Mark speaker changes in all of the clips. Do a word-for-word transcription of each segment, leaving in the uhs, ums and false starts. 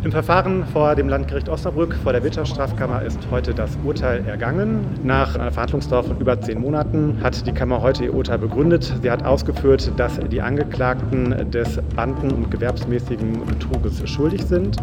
Speaker 1: Im Verfahren vor dem Landgericht Osnabrück, vor der Wirtschaftsstrafkammer, ist heute das Urteil ergangen. Nach einer Verhandlungsdauer von über zehn Monaten hat die Kammer heute ihr Urteil begründet. Sie hat ausgeführt, dass die Angeklagten des banden- und gewerbsmäßigen Betruges schuldig sind.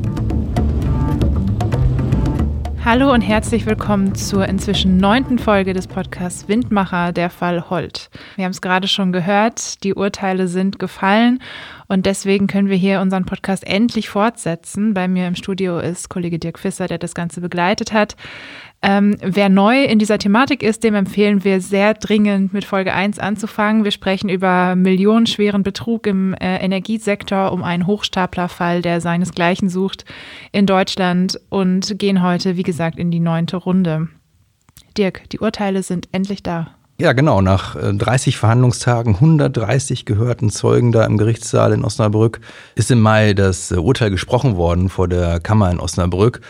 Speaker 2: Hallo und herzlich willkommen zur inzwischen neunten Folge des Podcasts Windmacher, der Fall Holt. Wir haben es gerade schon gehört, die Urteile sind gefallen und deswegen können wir hier unseren Podcast endlich fortsetzen. Bei mir im Studio ist Kollege Dirk Visser, der das Ganze begleitet hat. Ähm, wer neu in dieser Thematik ist, dem empfehlen wir sehr dringend mit Folge eins anzufangen. Wir sprechen über millionenschweren Betrug im äh, Energiesektor, um einen Hochstaplerfall, der seinesgleichen sucht in Deutschland und gehen heute, wie gesagt, in die neunte Runde. Dirk, die Urteile sind endlich da.
Speaker 3: Ja, genau. Nach dreißig Verhandlungstagen, hundertdreißig gehörten Zeugen da im Gerichtssaal in Osnabrück ist im Mai das Urteil gesprochen worden vor der Kammer in Osnabrück.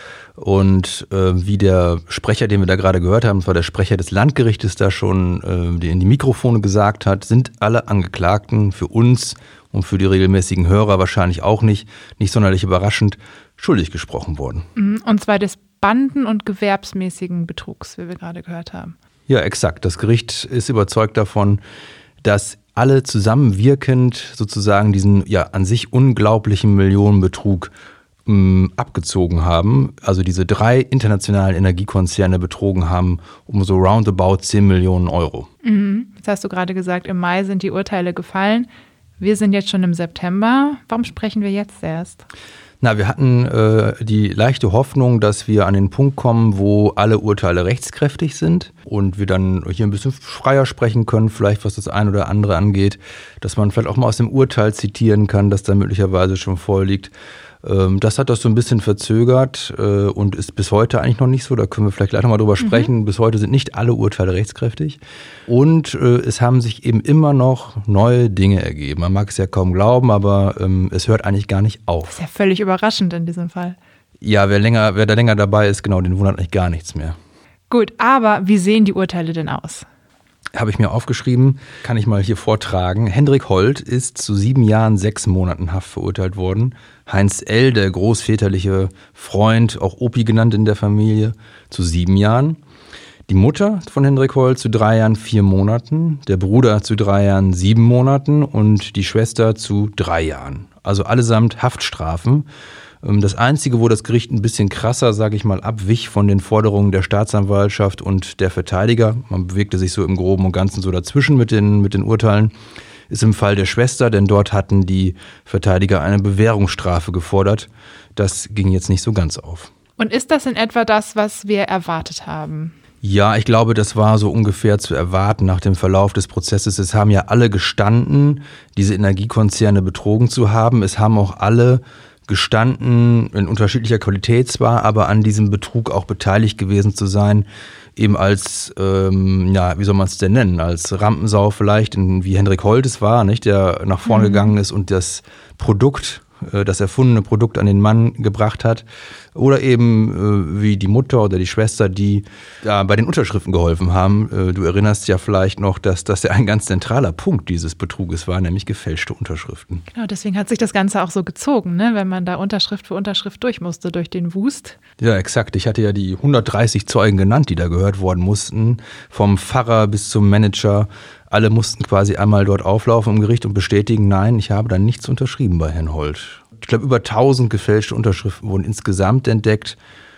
Speaker 3: Und äh, wie der Sprecher, den wir da gerade gehört haben, das war der Sprecher des Landgerichtes, da schon äh, in die Mikrofone gesagt hat, sind alle Angeklagten für uns und für die regelmäßigen Hörer wahrscheinlich auch nicht, nicht sonderlich überraschend, schuldig gesprochen worden.
Speaker 2: Und zwar des banden- und gewerbsmäßigen Betrugs, wie wir gerade gehört haben.
Speaker 3: Ja, exakt. Das Gericht ist überzeugt davon, dass alle zusammenwirkend sozusagen diesen ja an sich unglaublichen Millionenbetrug mh, abgezogen haben. Also diese drei internationalen Energiekonzerne betrogen haben um so roundabout zehn Millionen Euro.
Speaker 2: Mhm. Jetzt hast du gerade gesagt, im Mai sind die Urteile gefallen. Wir sind jetzt schon im September. Warum sprechen wir jetzt erst?
Speaker 3: Na, wir hatten äh, die leichte Hoffnung, dass wir an den Punkt kommen, wo alle Urteile rechtskräftig sind und wir dann hier ein bisschen freier sprechen können, vielleicht was das eine oder andere angeht, dass man vielleicht auch mal aus dem Urteil zitieren kann, das da möglicherweise schon vorliegt. Ähm, das hat das so ein bisschen verzögert äh, und ist bis heute eigentlich noch nicht so, da können wir vielleicht gleich nochmal drüber mhm. sprechen. Bis heute sind nicht alle Urteile rechtskräftig und äh, es haben sich eben immer noch neue Dinge ergeben. Man mag es ja kaum glauben, aber ähm, es hört eigentlich gar nicht auf.
Speaker 2: Das ist ja völlig überraschend in diesem Fall.
Speaker 3: Ja, wer länger, wer da länger dabei ist, genau, den wundert eigentlich gar nichts mehr.
Speaker 2: Gut, aber wie sehen die Urteile denn aus?
Speaker 3: Habe ich mir aufgeschrieben, kann ich mal hier vortragen. Hendrik Holt ist zu sieben Jahren, sechs Monaten Haft verurteilt worden. Heinz L., der großväterliche Freund, auch Opi genannt in der Familie, zu sieben Jahren. Die Mutter von Hendrik Holt zu drei Jahren, vier Monaten. Der Bruder zu drei Jahren, sieben Monaten und die Schwester zu drei Jahren. Also allesamt Haftstrafen. Das Einzige, wo das Gericht ein bisschen krasser, sage ich mal, abwich von den Forderungen der Staatsanwaltschaft und der Verteidiger, man bewegte sich so im Groben und Ganzen so dazwischen mit den, mit den Urteilen, ist im Fall der Schwester, denn dort hatten die Verteidiger eine Bewährungsstrafe gefordert. Das ging jetzt nicht so ganz auf.
Speaker 2: Und ist das in etwa das, was wir erwartet haben?
Speaker 3: Ja, ich glaube, das war so ungefähr zu erwarten nach dem Verlauf des Prozesses. Es haben ja alle gestanden, diese Energiekonzerne betrogen zu haben. Es haben auch alle gestanden, in unterschiedlicher Qualität zwar, aber an diesem Betrug auch beteiligt gewesen zu sein, eben als, ähm, ja, wie soll man es denn nennen, als Rampensau vielleicht, wie Hendrik Holt es war, nicht, der nach vorne mhm. gegangen ist und das Produkt, das erfundene Produkt an den Mann gebracht hat. Oder eben äh, wie die Mutter oder die Schwester, die ja, bei den Unterschriften geholfen haben. Äh, du erinnerst ja vielleicht noch, dass das ja ein ganz zentraler Punkt dieses Betruges war, nämlich gefälschte Unterschriften.
Speaker 2: Genau, deswegen hat sich das Ganze auch so gezogen, ne? Wenn man da Unterschrift für Unterschrift durch musste, durch den Wust.
Speaker 3: Ja, exakt. Ich hatte ja die hundertdreißig Zeugen genannt, die da gehört worden mussten, vom Pfarrer bis zum Manager. Alle mussten quasi einmal dort auflaufen im Gericht und bestätigen, nein, ich habe da nichts unterschrieben bei Herrn Holt. Ich glaube, über tausend gefälschte Unterschriften wurden insgesamt entdeckt,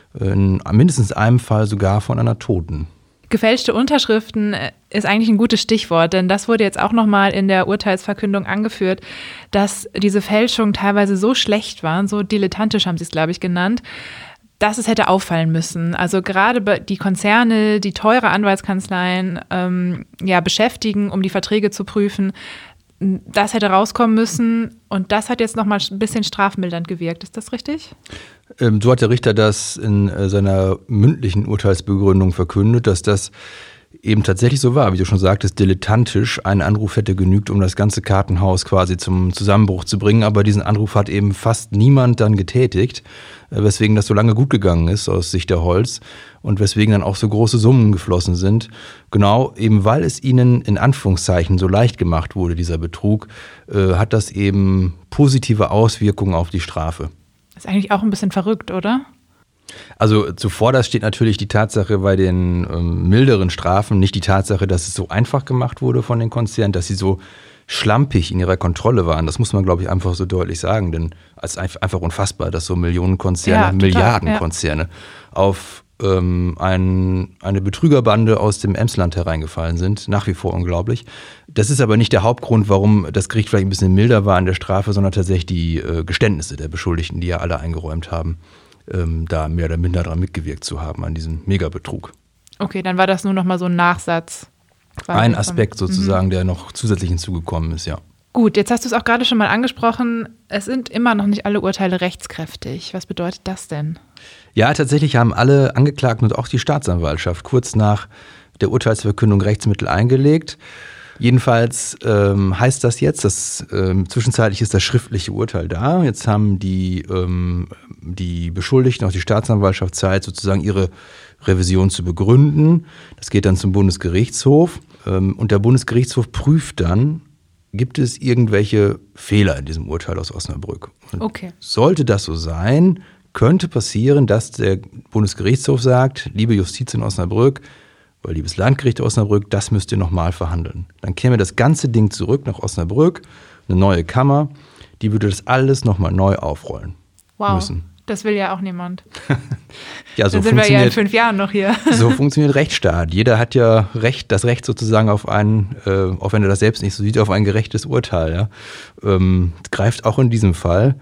Speaker 3: in mindestens einem Fall sogar von einer Toten.
Speaker 2: Gefälschte Unterschriften ist eigentlich ein gutes Stichwort, denn das wurde jetzt auch nochmal in der Urteilsverkündung angeführt, dass diese Fälschungen teilweise so schlecht waren, so dilettantisch haben sie es, glaube ich, genannt, dass es hätte auffallen müssen. Also gerade die Konzerne, die teure Anwaltskanzleien ähm, ja, beschäftigen, um die Verträge zu prüfen, das hätte rauskommen müssen und das hat jetzt nochmal ein bisschen strafmildernd gewirkt. Ist das richtig?
Speaker 3: Ähm, so hat der Richter das in äh, seiner mündlichen Urteilsbegründung verkündet, dass das eben tatsächlich so war, wie du schon sagtest, dilettantisch. Ein Anruf hätte genügt, um das ganze Kartenhaus quasi zum Zusammenbruch zu bringen. Aber diesen Anruf hat eben fast niemand dann getätigt, weswegen das so lange gut gegangen ist aus Sicht der Holts und weswegen dann auch so große Summen geflossen sind. Genau, eben weil es ihnen in Anführungszeichen so leicht gemacht wurde, dieser Betrug, äh, hat das eben positive Auswirkungen auf die Strafe.
Speaker 2: Ist eigentlich auch ein bisschen verrückt, oder?
Speaker 3: Also zuvor steht natürlich die Tatsache bei den ähm, milderen Strafen, nicht die Tatsache, dass es so einfach gemacht wurde von den Konzernen, dass sie so schlampig in ihrer Kontrolle waren. Das muss man, glaube ich, einfach so deutlich sagen, denn es ist einfach unfassbar, dass so Millionenkonzerne,
Speaker 2: ja, total,
Speaker 3: Milliardenkonzerne ja. auf ähm, ein, eine Betrügerbande aus dem Emsland hereingefallen sind. Nach wie vor unglaublich. Das ist aber nicht der Hauptgrund, warum das Gericht vielleicht ein bisschen milder war in der Strafe, sondern tatsächlich die äh, Geständnisse der Beschuldigten, die ja alle eingeräumt haben, ähm, da mehr oder minder daran mitgewirkt zu haben, an diesem Megabetrug.
Speaker 2: Okay, dann war das nur noch mal so ein Nachsatz.
Speaker 3: Ein Aspekt sozusagen, mhm. der noch zusätzlich hinzugekommen ist, ja.
Speaker 2: Gut, jetzt hast du es auch gerade schon mal angesprochen. Es sind immer noch nicht alle Urteile rechtskräftig. Was bedeutet das denn?
Speaker 3: Ja, tatsächlich haben alle Angeklagten und auch die Staatsanwaltschaft kurz nach der Urteilsverkündung Rechtsmittel eingelegt. Jedenfalls ähm, heißt das jetzt, dass ähm, zwischenzeitlich ist das schriftliche Urteil da. Jetzt haben die, ähm, die Beschuldigten, auch die Staatsanwaltschaft Zeit, sozusagen ihre Revision zu begründen. Das geht dann zum Bundesgerichtshof. Ähm, und der Bundesgerichtshof prüft dann, gibt es irgendwelche Fehler in diesem Urteil aus Osnabrück. Und
Speaker 2: okay.
Speaker 3: Sollte das so sein, könnte passieren, dass der Bundesgerichtshof sagt, liebe Justiz in Osnabrück, weil liebes Landgericht Osnabrück, das müsst ihr nochmal verhandeln. Dann käme das ganze Ding zurück nach Osnabrück, eine neue Kammer, die würde das alles nochmal neu aufrollen
Speaker 2: wow.
Speaker 3: müssen.
Speaker 2: Das will ja auch niemand.
Speaker 3: Ja, so
Speaker 2: Dann sind wir ja in fünf Jahren noch hier.
Speaker 3: So funktioniert Rechtsstaat. Jeder hat ja Recht, das Recht sozusagen auf ein, äh, auch wenn er das selbst nicht so sieht, auf ein gerechtes Urteil. Ja? Ähm, greift auch in diesem Fall.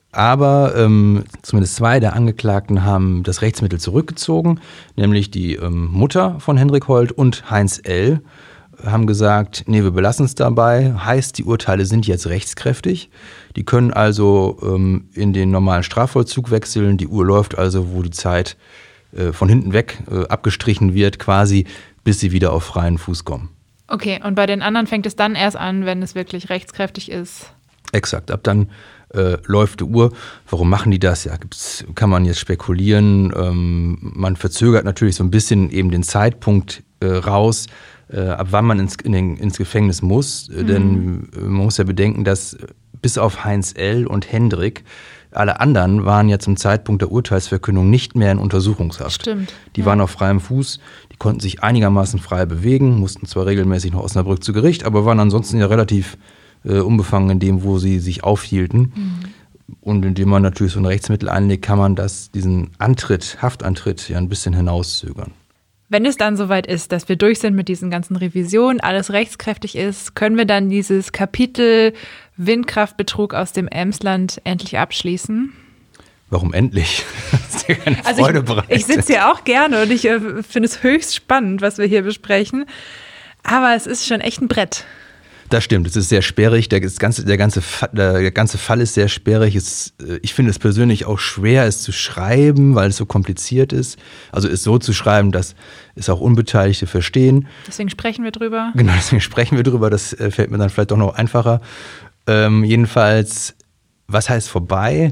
Speaker 3: Aber ähm, zumindest zwei der Angeklagten haben das Rechtsmittel zurückgezogen, nämlich die ähm, Mutter von Hendrik Holt und Heinz L. haben gesagt, nee, wir belassen es dabei. Heißt, die Urteile sind jetzt rechtskräftig. Die können also ähm, in den normalen Strafvollzug wechseln. Die Uhr läuft also, wo die Zeit äh, von hinten weg äh, abgestrichen wird, quasi, bis sie wieder auf freien Fuß kommen.
Speaker 2: Okay, und bei den anderen fängt es dann erst an, wenn es wirklich rechtskräftig ist?
Speaker 3: Exakt, ab dann äh, läuft die Uhr. Warum machen die das? Ja, gibt's, kann man jetzt spekulieren. Ähm, man verzögert natürlich so ein bisschen eben den Zeitpunkt äh, raus, äh, ab wann man ins, in den, ins Gefängnis muss. Mhm. Denn man muss ja bedenken, dass bis auf Heinz L. und Hendrik alle anderen waren ja zum Zeitpunkt der Urteilsverkündung nicht mehr in Untersuchungshaft.
Speaker 2: Stimmt.
Speaker 3: Die
Speaker 2: ja.
Speaker 3: waren auf freiem Fuß, die konnten sich einigermaßen frei bewegen, mussten zwar regelmäßig nach Osnabrück zu Gericht, aber waren ansonsten ja relativ äh, unbefangen in dem, wo sie sich aufhielten. Mhm. Und indem man natürlich so ein Rechtsmittel einlegt, kann man das, diesen Antritt, Haftantritt ja ein bisschen hinauszögern.
Speaker 2: Wenn es dann soweit ist, dass wir durch sind mit diesen ganzen Revisionen, alles rechtskräftig ist, können wir dann dieses Kapitel Windkraftbetrug aus dem Emsland endlich abschließen?
Speaker 3: Warum endlich? Das ist ja keine
Speaker 2: also
Speaker 3: Freude
Speaker 2: ich,
Speaker 3: bereitet.
Speaker 2: ich sitze hier auch gerne und ich äh, finde es höchst spannend, was wir hier besprechen. Aber es ist schon echt ein Brett. Das
Speaker 3: stimmt, es ist sehr sperrig, der ganze, der ganze, der ganze Fall ist sehr sperrig. Es, ich finde es persönlich auch schwer, es zu schreiben, weil es so kompliziert ist. Also es so zu schreiben, dass es auch Unbeteiligte verstehen.
Speaker 2: Deswegen sprechen wir drüber.
Speaker 3: Genau, deswegen sprechen wir drüber, das fällt mir dann vielleicht doch noch einfacher. Ähm, jedenfalls, was heißt vorbei?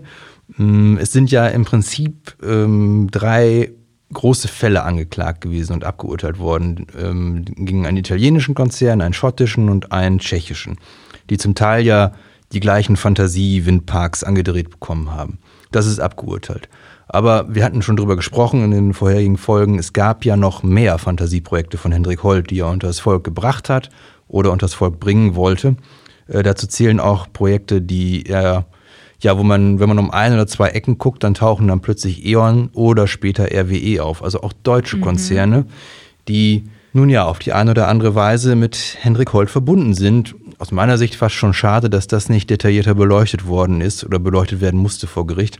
Speaker 3: Es sind ja im Prinzip ähm, drei große Fälle angeklagt gewesen und abgeurteilt worden, ähm, gegen einen italienischen Konzern, einen schottischen und einen tschechischen, die zum Teil ja die gleichen Fantasie-Windparks angedreht bekommen haben. Das ist abgeurteilt. Aber wir hatten schon drüber gesprochen in den vorherigen Folgen, es gab ja noch mehr Fantasieprojekte von Hendrik Holt, die er unter das Volk gebracht hat oder unter das Volk bringen wollte. Äh, dazu zählen auch Projekte, die er Ja, wo man, wenn man um ein oder zwei Ecken guckt, dann tauchen dann plötzlich E.ON oder später R W E auf. Also auch deutsche Konzerne, mhm. die nun ja auf die eine oder andere Weise mit Hendrik Holt verbunden sind. Aus meiner Sicht fast schon schade, dass das nicht detaillierter beleuchtet worden ist oder beleuchtet werden musste vor Gericht.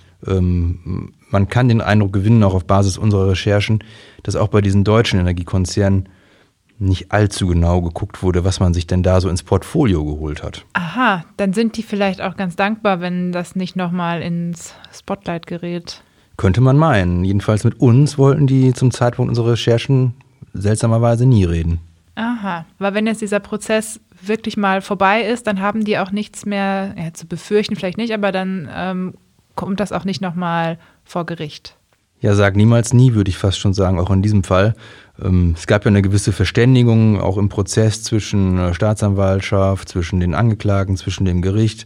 Speaker 3: Ähm, man kann den Eindruck gewinnen, auch auf Basis unserer Recherchen, dass auch bei diesen deutschen Energiekonzernen nicht allzu genau geguckt wurde, was man sich denn da so ins Portfolio geholt hat.
Speaker 2: Aha, dann sind die vielleicht auch ganz dankbar, wenn das nicht nochmal ins Spotlight gerät.
Speaker 3: Könnte man meinen. Jedenfalls mit uns wollten die zum Zeitpunkt unserer Recherchen seltsamerweise nie reden.
Speaker 2: Aha, weil wenn jetzt dieser Prozess wirklich mal vorbei ist, dann haben die auch nichts mehr ja, zu befürchten, vielleicht nicht, aber dann ähm, kommt das auch nicht nochmal vor Gericht.
Speaker 3: Ja, sag niemals nie, würde ich fast schon sagen, auch in diesem Fall. Es gab ja eine gewisse Verständigung auch im Prozess zwischen Staatsanwaltschaft, zwischen den Angeklagten, zwischen dem Gericht.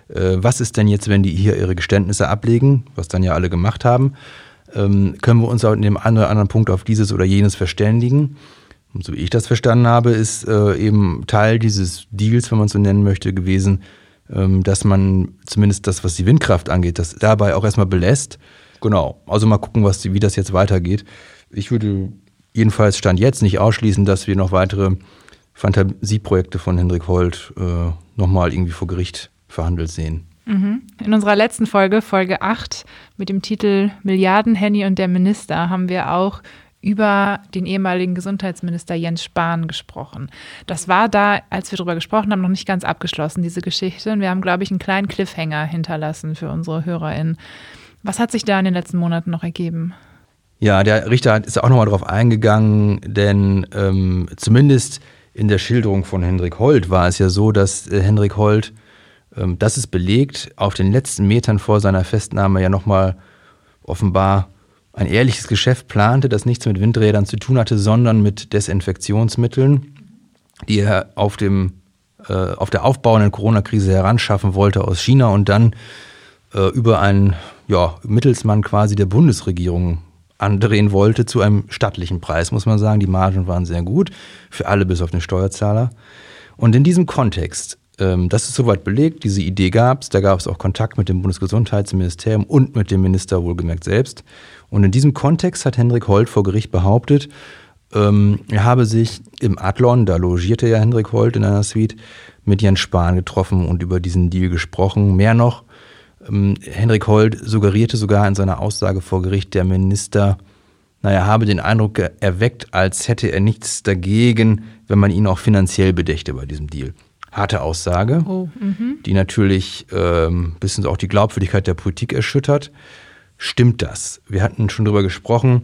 Speaker 3: äh, was ist denn jetzt, wenn die hier ihre Geständnisse ablegen, was dann ja alle gemacht haben, ähm, können wir uns auch in dem einen oder anderen Punkt auf dieses oder jenes verständigen. Und so wie ich das verstanden habe, ist äh, eben Teil dieses Deals, wenn man es so nennen möchte, gewesen, ähm, dass man zumindest das, was die Windkraft angeht, das dabei auch erstmal belässt. Genau, also mal gucken, was, wie das jetzt weitergeht. Ich würde jedenfalls Stand jetzt nicht ausschließen, dass wir noch weitere Fantasieprojekte von Hendrik Holt äh, nochmal irgendwie vor Gericht verhandelt sehen.
Speaker 2: Mhm. In unserer letzten Folge, Folge acht, mit dem Titel Milliarden-Henny und der Minister, haben wir auch über den ehemaligen Gesundheitsminister Jens Spahn gesprochen. Das war da, als wir darüber gesprochen haben, noch nicht ganz abgeschlossen, diese Geschichte. Und wir haben, glaube ich, einen kleinen Cliffhanger hinterlassen für unsere HörerInnen. Was hat sich da in den letzten Monaten noch ergeben?
Speaker 3: Ja, der Richter ist auch nochmal drauf eingegangen, denn ähm, zumindest in der Schilderung von Hendrik Holt war es ja so, dass äh, Hendrik Holt, ähm, das ist belegt, auf den letzten Metern vor seiner Festnahme ja nochmal offenbar ein ehrliches Geschäft plante, das nichts mit Windrädern zu tun hatte, sondern mit Desinfektionsmitteln, die er auf, dem, äh, auf der aufbauenden Corona-Krise heranschaffen wollte aus China und dann äh, über einen ja, Mittelsmann quasi der Bundesregierung andrehen wollte zu einem stattlichen Preis, muss man sagen. Die Margen waren sehr gut für alle bis auf den Steuerzahler. Und in diesem Kontext, ähm, das ist soweit belegt, diese Idee gab es, da gab es auch Kontakt mit dem Bundesgesundheitsministerium und mit dem Minister wohlgemerkt selbst. Und in diesem Kontext hat Hendrik Holt vor Gericht behauptet, ähm, er habe sich im Adlon, da logierte ja Hendrik Holt in einer Suite, mit Jens Spahn getroffen und über diesen Deal gesprochen. Mehr noch, ähm, Hendrik Holt suggerierte sogar in seiner Aussage vor Gericht, der Minister, naja, habe den Eindruck erweckt, als hätte er nichts dagegen, wenn man ihn auch finanziell bedächte bei diesem Deal. Harte Aussage, oh, die natürlich ähm, ein bisschen auch die Glaubwürdigkeit der Politik erschüttert. Stimmt das? Wir hatten schon darüber gesprochen,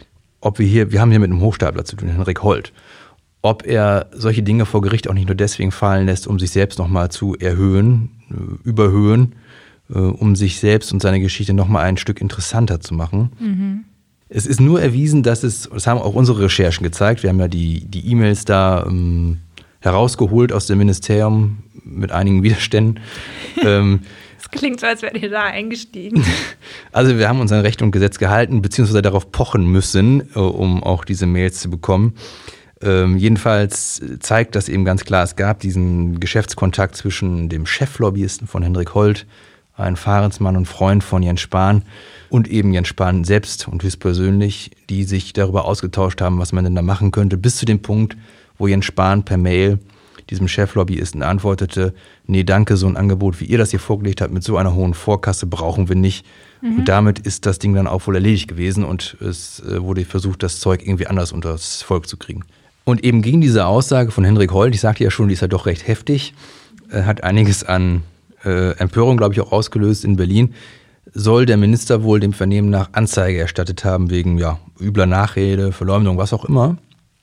Speaker 3: ob wir hier, wir haben hier mit einem Hochstapler zu tun, Hendrik Holt, ob er solche Dinge vor Gericht auch nicht nur deswegen fallen lässt, um sich selbst nochmal zu erhöhen, überhöhen, um sich selbst und seine Geschichte nochmal ein Stück interessanter zu machen. Mhm. Es ist nur erwiesen, dass es, das haben auch unsere Recherchen gezeigt, wir haben ja die, die E-Mails da ähm, herausgeholt aus dem Ministerium mit einigen Widerständen. ähm,
Speaker 2: Das klingt so, als wärt ihr da eingestiegen.
Speaker 3: Also wir haben uns an Recht und Gesetz gehalten, beziehungsweise darauf pochen müssen, um auch diese Mails zu bekommen. Ähm, jedenfalls zeigt das eben ganz klar, es gab diesen Geschäftskontakt zwischen dem Cheflobbyisten von Hendrik Holt, ein Fahrensmann und Freund von Jens Spahn, und eben Jens Spahn selbst und höchstpersönlich, die sich darüber ausgetauscht haben, was man denn da machen könnte, bis zu dem Punkt, wo Jens Spahn per Mail diesem Cheflobbyisten antwortete, nee, danke, so ein Angebot, wie ihr das hier vorgelegt habt, mit so einer hohen Vorkasse brauchen wir nicht. Mhm. Und damit ist das Ding dann auch wohl erledigt gewesen und es wurde versucht, das Zeug irgendwie anders unter das Volk zu kriegen. Und eben gegen diese Aussage von Hendrik Holt, ich sagte ja schon, die ist ja doch recht heftig, hat einiges an äh, Empörung, glaube ich, auch ausgelöst in Berlin, soll der Minister wohl dem Vernehmen nach Anzeige erstattet haben wegen ja, übler Nachrede, Verleumdung, was auch immer.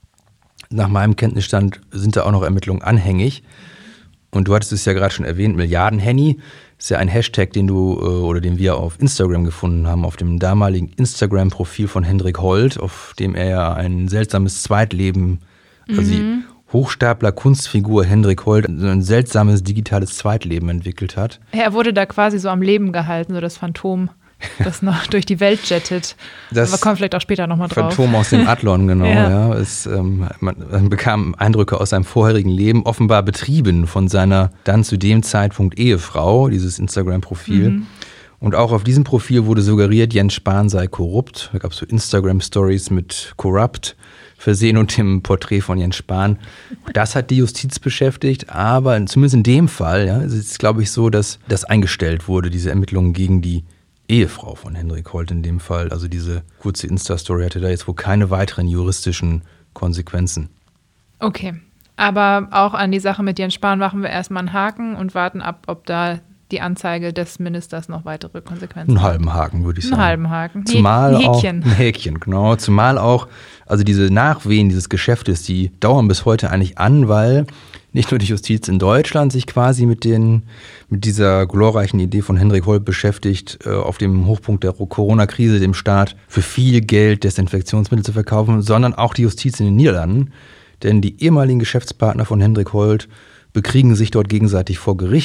Speaker 3: Nach meinem Kenntnisstand sind da auch noch Ermittlungen anhängig. Und du hattest es ja gerade schon erwähnt, Milliarden-Henny ist ja ein Hashtag, den du oder den wir auf Instagram gefunden haben, auf dem damaligen Instagram-Profil von Hendrik Holt, auf dem er ja ein seltsames Zweitleben, mhm. also die Hochstapler-Kunstfigur Hendrik Holt, ein seltsames digitales Zweitleben entwickelt hat.
Speaker 2: Er wurde da quasi so am Leben gehalten, so das Phantom, das noch durch die Welt jettet. Das Aber kommen vielleicht auch später nochmal drauf.
Speaker 3: Phantom aus dem Adlon, genau. ja. Ja. Es, ähm, man, man bekam Eindrücke aus seinem vorherigen Leben, offenbar betrieben von seiner dann zu dem Zeitpunkt Ehefrau, dieses Instagram-Profil. Mhm. Und auch auf diesem Profil wurde suggeriert, Jens Spahn sei korrupt. Da gab es so Instagram-Stories mit Corrupt versehen und dem Porträt von Jens Spahn. Das hat die Justiz beschäftigt, aber zumindest in dem Fall, ja, es ist, glaube ich, so, dass das eingestellt wurde, diese Ermittlungen gegen die Ehefrau von Hendrik Holt in dem Fall. Also diese kurze Insta-Story hatte da jetzt wohl keine weiteren juristischen Konsequenzen.
Speaker 2: Okay, aber auch an die Sache mit Jens Spahn machen wir erstmal einen Haken und warten ab, ob da die Anzeige des Ministers noch weitere Konsequenzen
Speaker 3: hat. Einen halben Haken, würde ich sagen.
Speaker 2: Einen halben Haken.
Speaker 3: Zumal
Speaker 2: ein Häkchen.
Speaker 3: Auch, ein Häkchen, genau. Zumal auch, also diese Nachwehen dieses Geschäftes, die dauern bis heute eigentlich an, weil nicht nur die Justiz in Deutschland sich quasi mit, den, mit dieser glorreichen Idee von Hendrik Holt beschäftigt, auf dem Hochpunkt der Corona-Krise dem Staat für viel Geld Desinfektionsmittel zu verkaufen, sondern auch die Justiz in den Niederlanden. Denn die ehemaligen Geschäftspartner von Hendrik Holt bekriegen sich dort gegenseitig vor Gericht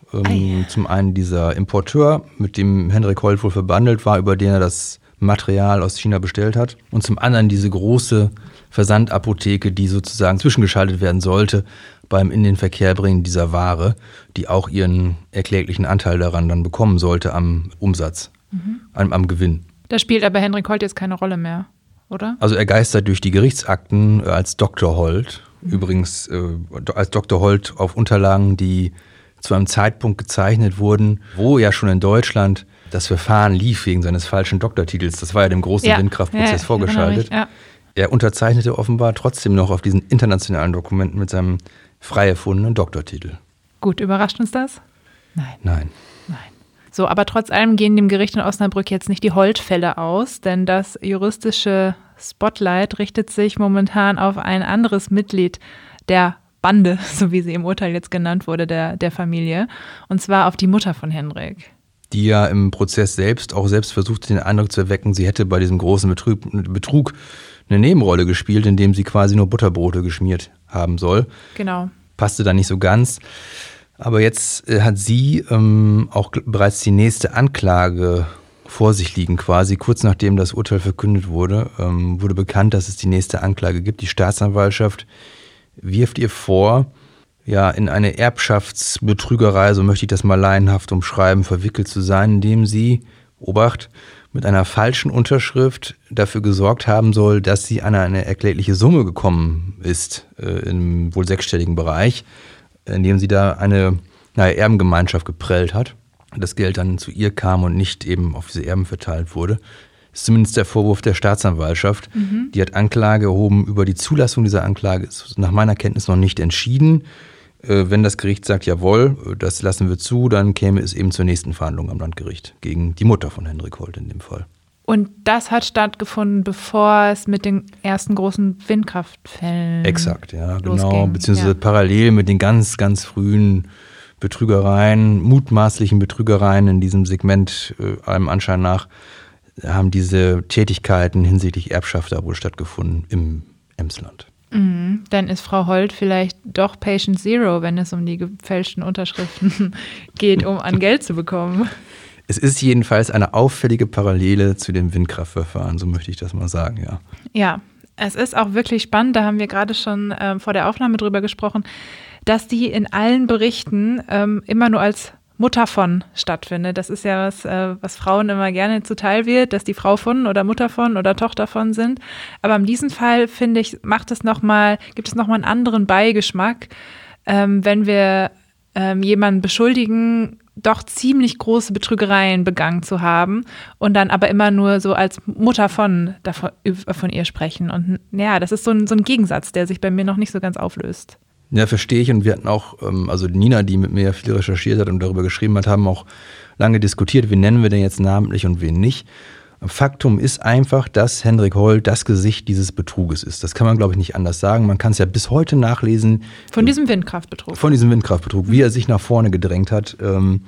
Speaker 3: Ähm, zum einen dieser Importeur, mit dem Hendrik Holt wohl verbandelt war, über den er das Material aus China bestellt hat. Und zum anderen diese große Versandapotheke, die sozusagen zwischengeschaltet werden sollte beim in den Verkehr bringen dieser Ware, die auch ihren erkläglichen Anteil daran dann bekommen sollte am Umsatz, mhm. am, am Gewinn.
Speaker 2: Da spielt aber Hendrik Holt jetzt keine Rolle mehr, oder?
Speaker 3: Also er geistert durch die Gerichtsakten als Doktor Holt. Mhm. Übrigens äh, als Doktor Holt auf Unterlagen, die zu einem Zeitpunkt gezeichnet wurden, wo ja schon in Deutschland das Verfahren lief wegen seines falschen Doktortitels. Das war ja dem großen ja. Windkraftprozess ja, vorgeschaltet. Ja. Er unterzeichnete offenbar trotzdem noch auf diesen internationalen Dokumenten mit seinem frei erfundenen Doktortitel.
Speaker 2: Gut, überrascht uns das?
Speaker 3: Nein. Nein.
Speaker 2: Nein. So, aber trotz allem gehen dem Gericht in Osnabrück jetzt nicht die Holt-Fälle aus, denn das juristische Spotlight richtet sich momentan auf ein anderes Mitglied der Bande, so wie sie im Urteil jetzt genannt wurde, der, der Familie, und zwar auf die Mutter von Hendrik.
Speaker 3: Die ja im Prozess selbst auch selbst versuchte, den Eindruck zu erwecken, sie hätte bei diesem großen Betrug, Betrug eine Nebenrolle gespielt, indem sie quasi nur Butterbrote geschmiert haben soll.
Speaker 2: Genau.
Speaker 3: Passte da nicht so ganz. Aber jetzt äh, hat sie ähm, auch bereits die nächste Anklage vor sich liegen quasi. Kurz nachdem das Urteil verkündet wurde, ähm, wurde bekannt, dass es die nächste Anklage gibt. Die Staatsanwaltschaft wirft ihr vor, ja, in eine Erbschaftsbetrügerei, so möchte ich das mal laienhaft umschreiben, verwickelt zu sein, indem sie, Obacht, mit einer falschen Unterschrift dafür gesorgt haben soll, dass sie an eine erklägliche Summe gekommen ist, äh, im wohl sechsstelligen Bereich, indem sie da eine naja, Erbengemeinschaft geprellt hat. Das Geld dann zu ihr kam und nicht eben auf diese Erben verteilt wurde. Das ist zumindest der Vorwurf der Staatsanwaltschaft. Mhm. Die hat Anklage erhoben. Über die Zulassung dieser Anklage ist nach meiner Kenntnis noch nicht entschieden. Äh, wenn das Gericht sagt, jawohl, das lassen wir zu, dann käme es eben zur nächsten Verhandlung am Landgericht gegen die Mutter von Hendrik Holt in dem Fall.
Speaker 2: Und das hat stattgefunden, bevor es mit den ersten großen Windkraftfällen
Speaker 3: Exakt, ja,
Speaker 2: losging.
Speaker 3: Genau. Beziehungsweise ja. parallel mit den ganz, ganz frühen Betrügereien, mutmaßlichen Betrügereien in diesem Segment, äh, allem Anschein nach, haben diese Tätigkeiten hinsichtlich Erbschaft da wohl stattgefunden im Emsland.
Speaker 2: Mhm. Dann ist Frau Holt vielleicht doch Patient Zero, wenn es um die gefälschten Unterschriften geht, um an Geld zu bekommen.
Speaker 3: Es ist jedenfalls eine auffällige Parallele zu dem Windkraftverfahren, so möchte ich das mal sagen, ja.
Speaker 2: Ja, es ist auch wirklich spannend, da haben wir gerade schon äh, vor der Aufnahme drüber gesprochen, dass die in allen Berichten ähm, immer nur als Mutter von stattfindet. Das ist ja was, äh, was Frauen immer gerne zuteil wird, dass die Frau von oder Mutter von oder Tochter von sind. Aber in diesem Fall, finde ich, macht es noch mal, gibt es nochmal einen anderen Beigeschmack, ähm, wenn wir ähm, jemanden beschuldigen, doch ziemlich große Betrügereien begangen zu haben und dann aber immer nur so als Mutter von, davon, von ihr sprechen. Und ja, das ist so ein, so ein Gegensatz, der sich bei mir noch nicht so ganz auflöst.
Speaker 3: Ja, verstehe ich. Und wir hatten auch, also Nina, die mit mir ja viel recherchiert hat und darüber geschrieben hat, haben auch lange diskutiert, wen nennen wir denn jetzt namentlich und wen nicht. Faktum ist einfach, dass Hendrik Holt das Gesicht dieses Betruges ist. Das kann man, glaube ich, nicht anders sagen. Man kann es ja bis heute nachlesen.
Speaker 2: Von diesem Windkraftbetrug.
Speaker 3: Von diesem Windkraftbetrug, wie er sich nach vorne gedrängt hat,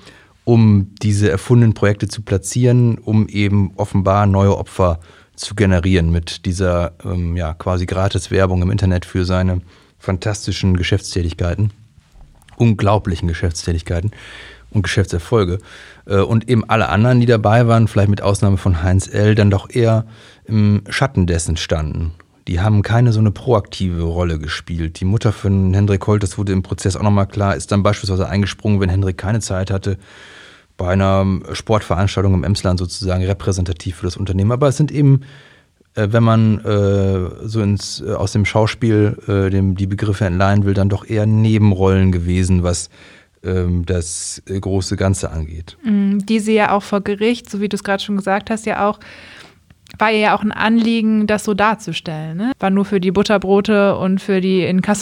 Speaker 3: um diese erfundenen Projekte zu platzieren, um eben offenbar neue Opfer zu generieren mit dieser ja, quasi Gratis-Werbung im Internet für seine fantastischen Geschäftstätigkeiten, unglaublichen Geschäftstätigkeiten und Geschäftserfolge. Und eben alle anderen, die dabei waren, vielleicht mit Ausnahme von Heinz L., dann doch eher im Schatten dessen standen. Die haben keine so eine proaktive Rolle gespielt. Die Mutter von Hendrik Holt, das wurde im Prozess auch nochmal klar, ist dann beispielsweise eingesprungen, wenn Hendrik keine Zeit hatte, bei einer Sportveranstaltung im Emsland sozusagen repräsentativ für das Unternehmen. Aber es sind eben, wenn man äh, so ins, äh, aus dem Schauspiel äh, dem, die Begriffe entleihen will, dann doch eher Nebenrollen gewesen, was ähm, das äh, große Ganze angeht.
Speaker 2: Die sie ja auch vor Gericht, so wie du es gerade schon gesagt hast, ja auch, war ihr ja auch ein Anliegen, das so darzustellen. Ne? War nur für die Butterbrote und für die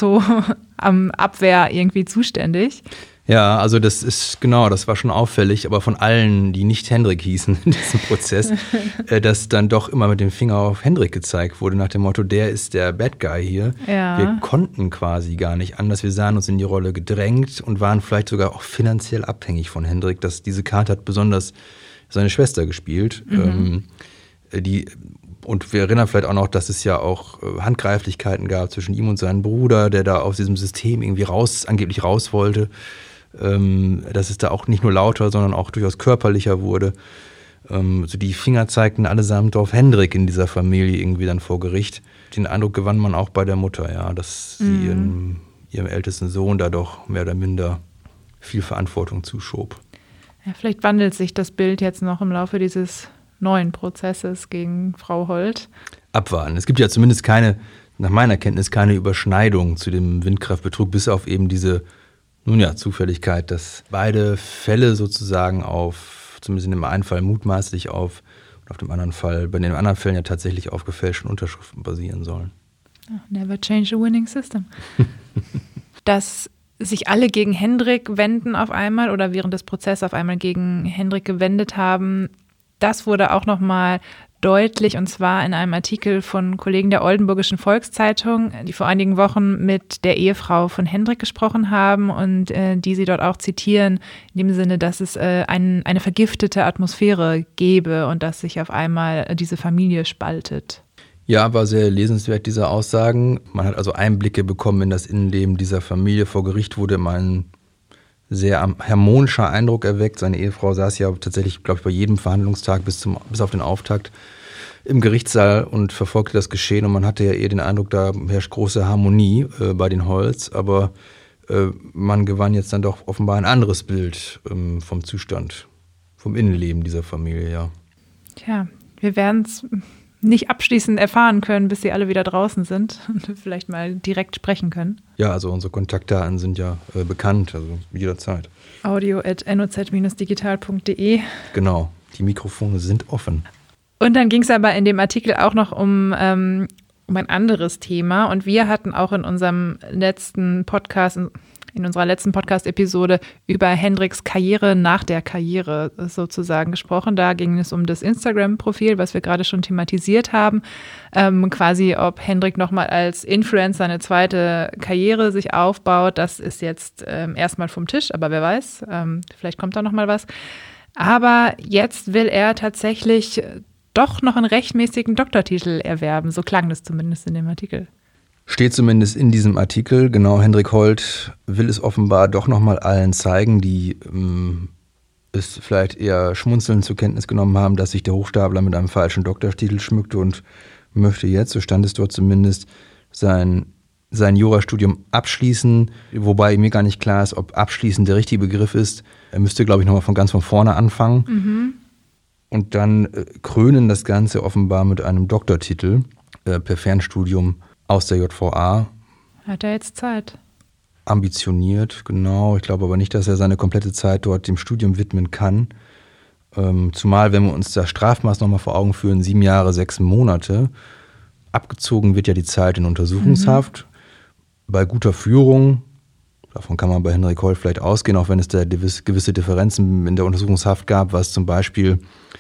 Speaker 2: Inkasso-Abwehr irgendwie zuständig.
Speaker 3: Ja, also das ist, genau, das war schon auffällig, aber von allen, die nicht Hendrik hießen in diesem Prozess, äh, dass dann doch immer mit dem Finger auf Hendrik gezeigt wurde, nach dem Motto, der ist der Bad Guy hier. Ja. Wir konnten quasi gar nicht anders, wir sahen uns in die Rolle gedrängt und waren vielleicht sogar auch finanziell abhängig von Hendrik. Das, diese Karte hat besonders seine Schwester gespielt, mhm. ähm, die... Und wir erinnern vielleicht auch noch, dass es ja auch Handgreiflichkeiten gab zwischen ihm und seinem Bruder, der da aus diesem System irgendwie raus, angeblich raus wollte. ähm, dass es da auch nicht nur lauter, sondern auch durchaus körperlicher wurde. Ähm, also die Finger zeigten allesamt auf Hendrik in dieser Familie irgendwie dann vor Gericht. Den Eindruck gewann man auch bei der Mutter, ja, dass sie mhm. ihrem, ihrem ältesten Sohn da doch mehr oder minder viel Verantwortung zuschob.
Speaker 2: Ja, vielleicht wandelt sich das Bild jetzt noch im Laufe dieses neuen Prozesses gegen Frau Holt.
Speaker 3: Abwarten. Es gibt ja zumindest keine, nach meiner Kenntnis, keine Überschneidung zu dem Windkraftbetrug, bis auf eben diese, nun ja, Zufälligkeit, dass beide Fälle sozusagen auf, zumindest in dem einen Fall mutmaßlich auf, und auf dem anderen Fall, bei den anderen Fällen ja tatsächlich auf gefälschten Unterschriften basieren sollen.
Speaker 2: Never change a winning system. Dass sich alle gegen Hendrik wenden auf einmal oder während des Prozesses auf einmal gegen Hendrik gewendet haben, das wurde auch nochmal deutlich, und zwar in einem Artikel von Kollegen der Oldenburgischen Volkszeitung, die vor einigen Wochen mit der Ehefrau von Hendrik gesprochen haben und äh, die sie dort auch zitieren, in dem Sinne, dass es äh, ein, eine vergiftete Atmosphäre gebe und dass sich auf einmal äh, diese Familie spaltet.
Speaker 3: Ja, war sehr lesenswert, diese Aussagen. Man hat also Einblicke bekommen in das Innenleben dieser Familie. Vor Gericht wurde mal ein sehr harmonischer Eindruck erweckt. Seine Ehefrau saß ja tatsächlich, glaube ich, bei jedem Verhandlungstag bis, zum, bis auf den Auftakt im Gerichtssaal und verfolgte das Geschehen. Und man hatte ja eher den Eindruck, da herrscht große Harmonie äh, bei den Holts. Aber äh, man gewann jetzt dann doch offenbar ein anderes Bild ähm, vom Zustand, vom Innenleben dieser Familie, ja.
Speaker 2: Tja, wir werden es nicht abschließend erfahren können, bis sie alle wieder draußen sind und vielleicht mal direkt sprechen können.
Speaker 3: Ja, also unsere Kontaktdaten sind ja äh, bekannt, also jederzeit.
Speaker 2: audio at noz digital punkt de.
Speaker 3: Genau, die Mikrofone sind offen.
Speaker 2: Und dann ging es aber in dem Artikel auch noch um, ähm, um ein anderes Thema. Und wir hatten auch in unserem letzten Podcast, in unserer letzten Podcast-Episode über Hendriks Karriere nach der Karriere sozusagen gesprochen. Da ging es um das Instagram-Profil, was wir gerade schon thematisiert haben. Ähm, quasi, ob Hendrik nochmal als Influencer eine zweite Karriere sich aufbaut. Das ist jetzt ähm, erstmal vom Tisch, aber wer weiß, ähm, vielleicht kommt da nochmal was. Aber jetzt will er tatsächlich doch noch einen rechtmäßigen Doktortitel erwerben. So klang das zumindest in dem Artikel.
Speaker 3: Steht zumindest in diesem Artikel. Genau, Hendrik Holt will es offenbar doch nochmal allen zeigen, die ähm, es vielleicht eher schmunzelnd zur Kenntnis genommen haben, dass sich der Hochstapler mit einem falschen Doktortitel schmückte und möchte jetzt, so stand es dort zumindest, sein, sein Jurastudium abschließen, wobei mir gar nicht klar ist, ob abschließen der richtige Begriff ist. Er müsste, glaube ich, nochmal von ganz von vorne anfangen. Mhm. Und dann äh, krönen das Ganze offenbar mit einem Doktortitel äh, per Fernstudium aus der J V A.
Speaker 2: Hat er jetzt Zeit?
Speaker 3: Ambitioniert, genau. Ich glaube aber nicht, dass er seine komplette Zeit dort dem Studium widmen kann. Ähm, zumal, wenn wir uns das Strafmaß nochmal vor Augen führen, sieben Jahre, sechs Monate. Abgezogen wird ja die Zeit in Untersuchungshaft. Mhm. Bei guter Führung, davon kann man bei Hendrik Holt vielleicht ausgehen, auch wenn es da gewisse Differenzen in der Untersuchungshaft gab, was zum Beispiel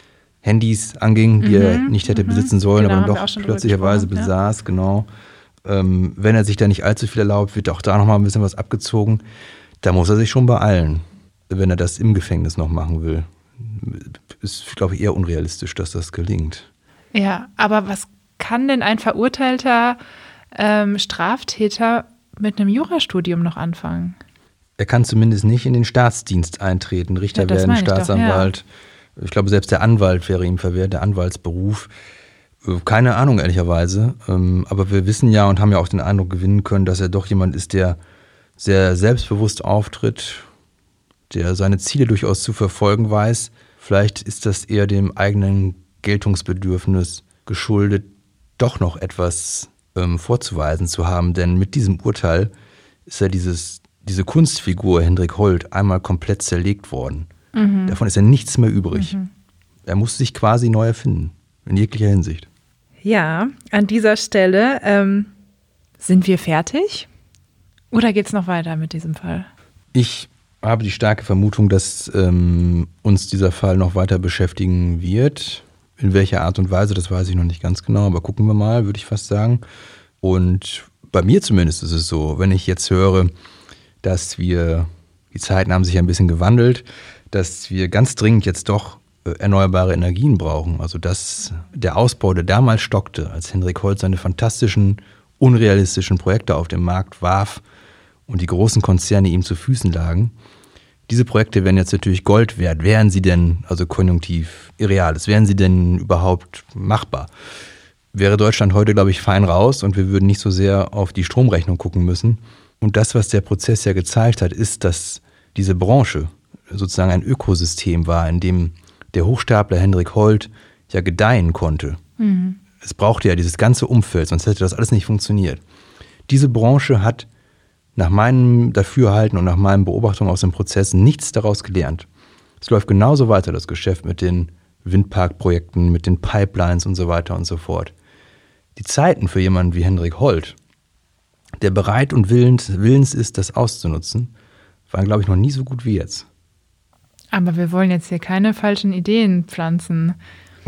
Speaker 3: Handys anging, die mhm, er nicht hätte mhm. besitzen sollen, genau, aber dann doch plötzlicherweise besaß, ja. Genau. Ähm, wenn er sich da nicht allzu viel erlaubt, wird auch da nochmal ein bisschen was abgezogen. Da muss er sich schon beeilen, wenn er das im Gefängnis noch machen will. Ist, glaube ich, eher unrealistisch, dass das gelingt.
Speaker 2: Ja, aber was kann denn ein verurteilter ähm, Straftäter mit einem Jurastudium noch anfangen?
Speaker 3: Er kann zumindest nicht in den Staatsdienst eintreten, Richter ja, werden, Staatsanwalt. Doch, ja. Ich glaube, selbst der Anwalt wäre ihm verwehrt, der Anwaltsberuf. Keine Ahnung, ehrlicherweise. Aber wir wissen ja und haben ja auch den Eindruck gewinnen können, dass er doch jemand ist, der sehr selbstbewusst auftritt, der seine Ziele durchaus zu verfolgen weiß. Vielleicht ist das eher dem eigenen Geltungsbedürfnis geschuldet, doch noch etwas ähm, vorzuweisen zu haben. Denn mit diesem Urteil ist ja dieses, diese Kunstfigur Hendrik Holt einmal komplett zerlegt worden. Mhm. Davon ist ja nichts mehr übrig. Mhm. Er muss sich quasi neu erfinden, in jeglicher Hinsicht.
Speaker 2: Ja, an dieser Stelle ähm, sind wir fertig? Oder geht es noch weiter mit diesem Fall?
Speaker 3: Ich habe die starke Vermutung, dass ähm, uns dieser Fall noch weiter beschäftigen wird. In welcher Art und Weise, das weiß ich noch nicht ganz genau, aber gucken wir mal, würde ich fast sagen. Und bei mir zumindest ist es so, wenn ich jetzt höre, dass wir, die Zeiten haben sich ein bisschen gewandelt, dass wir ganz dringend jetzt doch erneuerbare Energien brauchen. Also dass der Ausbau, der damals stockte, als Hendrik Holt seine fantastischen, unrealistischen Projekte auf den Markt warf und die großen Konzerne ihm zu Füßen lagen, Diese Projekte wären jetzt natürlich Gold wert. Wären sie denn, also konjunktiv irreales, wären sie denn überhaupt machbar? Wäre Deutschland heute, glaube ich, fein raus und wir würden nicht so sehr auf die Stromrechnung gucken müssen. Und das, was der Prozess ja gezeigt hat, ist, dass diese Branche sozusagen ein Ökosystem war, in dem der Hochstapler Hendrik Holt ja gedeihen konnte. Mhm. Es brauchte ja dieses ganze Umfeld, sonst hätte das alles nicht funktioniert. Diese Branche hat nach meinem Dafürhalten und nach meinen Beobachtungen aus dem Prozess nichts daraus gelernt. Es läuft genauso weiter, das Geschäft mit den Windparkprojekten, mit den Pipelines und so weiter und so fort. Die Zeiten für jemanden wie Hendrik Holt, der bereit und willens, willens ist, das auszunutzen, waren, glaube ich, noch nie so gut wie jetzt.
Speaker 2: Aber wir wollen jetzt hier keine falschen Ideen pflanzen.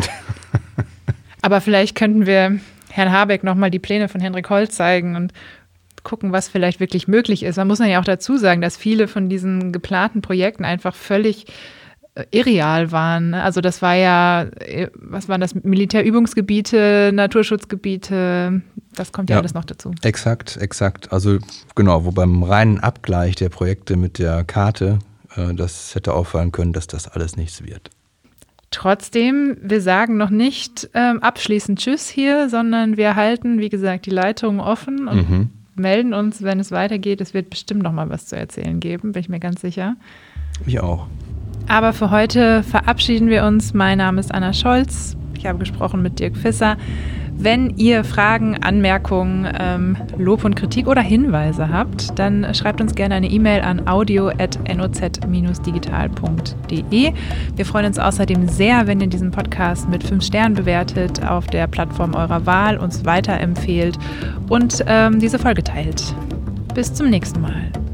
Speaker 2: Aber vielleicht könnten wir Herrn Habeck nochmal die Pläne von Hendrik Holt zeigen und gucken, was vielleicht wirklich möglich ist. Man muss ja auch dazu sagen, dass viele von diesen geplanten Projekten einfach völlig irreal waren. Also das war ja, was waren das, Militärübungsgebiete, Naturschutzgebiete, das kommt ja, ja alles noch dazu.
Speaker 3: Exakt, exakt. Also genau, wo beim reinen Abgleich der Projekte mit der Karte, äh, das hätte auffallen können, dass das alles nichts wird.
Speaker 2: Trotzdem, wir sagen noch nicht ähm, abschließend Tschüss hier, sondern wir halten, wie gesagt, die Leitungen offen und mhm. melden uns, wenn es weitergeht. Es wird bestimmt noch mal was zu erzählen geben, bin ich mir ganz sicher.
Speaker 3: Ich auch.
Speaker 2: Aber für heute verabschieden wir uns. Mein Name ist Anna Scholz. Ich habe gesprochen mit Dirk Visser. Wenn ihr Fragen, Anmerkungen, ähm, Lob und Kritik oder Hinweise habt, dann schreibt uns gerne eine E-Mail an audio at noz dash digital punkt de. Wir freuen uns außerdem sehr, wenn ihr diesen Podcast mit fünf Sternen bewertet, auf der Plattform eurer Wahl uns weiterempfehlt und ähm, diese Folge teilt. Bis zum nächsten Mal.